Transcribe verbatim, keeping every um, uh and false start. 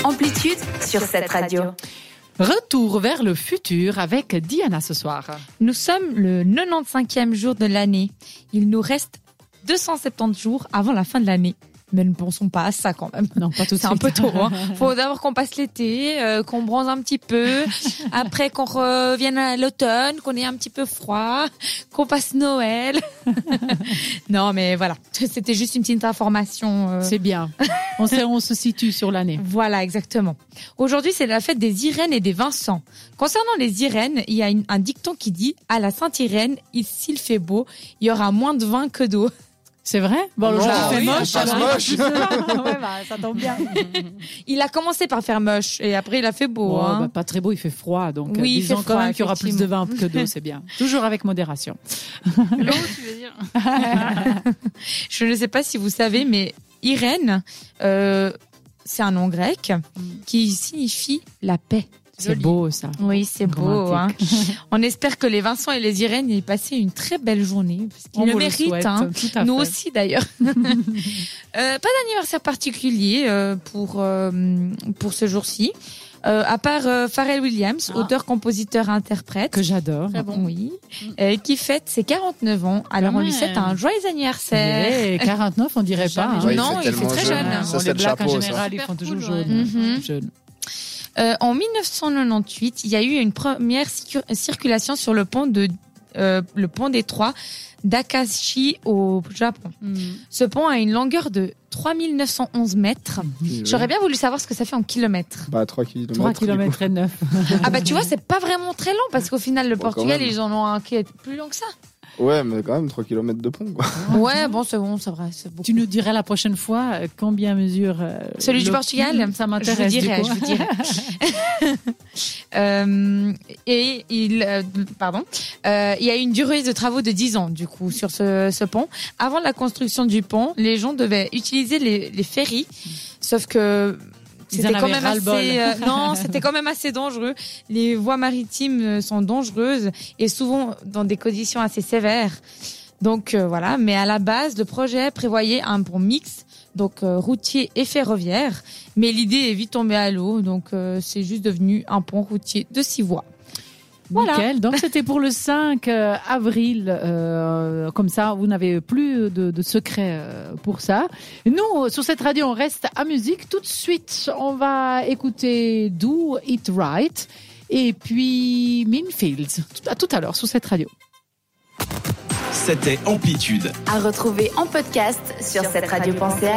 Amplitude sur cette radio. Retour vers le futur avec Diana ce soir. Nous sommes le quatre-vingt-quinzième jour de l'année. Il nous reste deux cent soixante-dix jours avant la fin de l'année. Mais ne pensons pas à ça quand même. Non, pas tout de C'est suite. un peu tôt. Hein. Faut d'abord qu'on passe l'été, euh, qu'on bronze un petit peu, après qu'on revienne à l'automne, qu'on ait un petit peu froid, qu'on passe Noël. Non, mais voilà. C'était juste une petite information. Euh... C'est bien. On sait, on se situe sur l'année. Voilà, exactement. Aujourd'hui, c'est la fête des Irène et des Vincent. Concernant les Irène, il y a une, un dicton qui dit « À la Sainte-Irène, s'il fait beau, il y aura moins de vin que d'eau ». C'est vrai? Bon, le jour il fait oui, moche. ça passe alors, moche. ouais, bah, ça tombe bien. Il a commencé par faire moche et après il a fait beau. Oh, hein. bah, pas très beau, il fait froid. Donc, Oui, euh, il disons fait quand froid, même qu'il y aura plus de vin que d'eau, c'est bien. Toujours avec modération. L'eau, tu veux dire? Je ne sais pas si vous savez, mais Irène, euh, c'est un nom grec qui signifie la paix. C'est beau, ça. Oui, c'est beau. Hein. On espère que les Vincent et les Irène aient passé une très belle journée, parce qu'ils On le vous le méritent. souhaite, Hein. tout à Nous fait. aussi, d'ailleurs. euh, pas d'anniversaire particulier euh, pour euh, pour ce jour-ci, euh, à part euh, Pharrell Williams, Ah. auteur, compositeur, interprète. Que j'adore. Très bon. Oui. Euh, qui fête ses quarante-neuf ans. Alors, Quand on lui même. souhaite un joyeux anniversaire. Et quarante-neuf, on dirait pas. Hein. Ouais, Non, il fait il fait tellement très jeune. jeune. Ça, Bon, c'est les le blacks, en chapeau, ça. général, ils Super font toujours cool, jaune. ouais. Mhm. Jaune. Euh, en dix-neuf cent quatre-vingt-dix-huit, il y a eu une première circu- circulation sur le pont de euh, le pont détroit d'Akashi au Japon. Mm. Ce pont a une longueur de trois mille neuf cent onze mètres. J'aurais bien voulu savoir ce que ça fait en kilomètres. Bah, trois kilomètres. trois du coup. kilomètres et neuf. Ah bah tu vois, c'est pas vraiment très long parce qu'au final le Bon, quand Portugal même. ils en ont un qui est plus long que ça. Ouais, mais quand même, trois kilomètres de pont, quoi. Ouais, bon c'est bon, c'est vrai, c'est beaucoup. Tu nous dirais la prochaine fois euh, combien mesure euh, Celui du le- Portugal, Ça je vous m'intéresse. dirai, du coup. je vous dirai. euh, et il, euh, pardon, euh, il y a eu une durée de travaux de dix ans du coup sur ce, ce pont. Avant la construction du pont, les gens devaient utiliser les, les ferries, sauf que Ils c'était en quand avaient même ras-le-bol. assez, euh, non, c'était quand même assez dangereux. Les voies maritimes euh, sont dangereuses et souvent dans des conditions assez sévères. Donc euh, voilà, mais à la base, le projet prévoyait un pont mixte, donc euh, routier et ferroviaire. Mais l'idée est vite tombée à l'eau, donc euh, c'est juste devenu un pont routier de six voies. Voilà. Nickel. Donc c'était pour le cinq avril. Euh, comme ça, vous n'avez plus de, de secret euh, pour ça. Nous, sur cette radio, on reste à musique. Tout de suite, on va écouter Do It Right et puis Meanfields. À tout à l'heure sur cette radio. C'était Amplitude. À retrouver en podcast sur cette radio.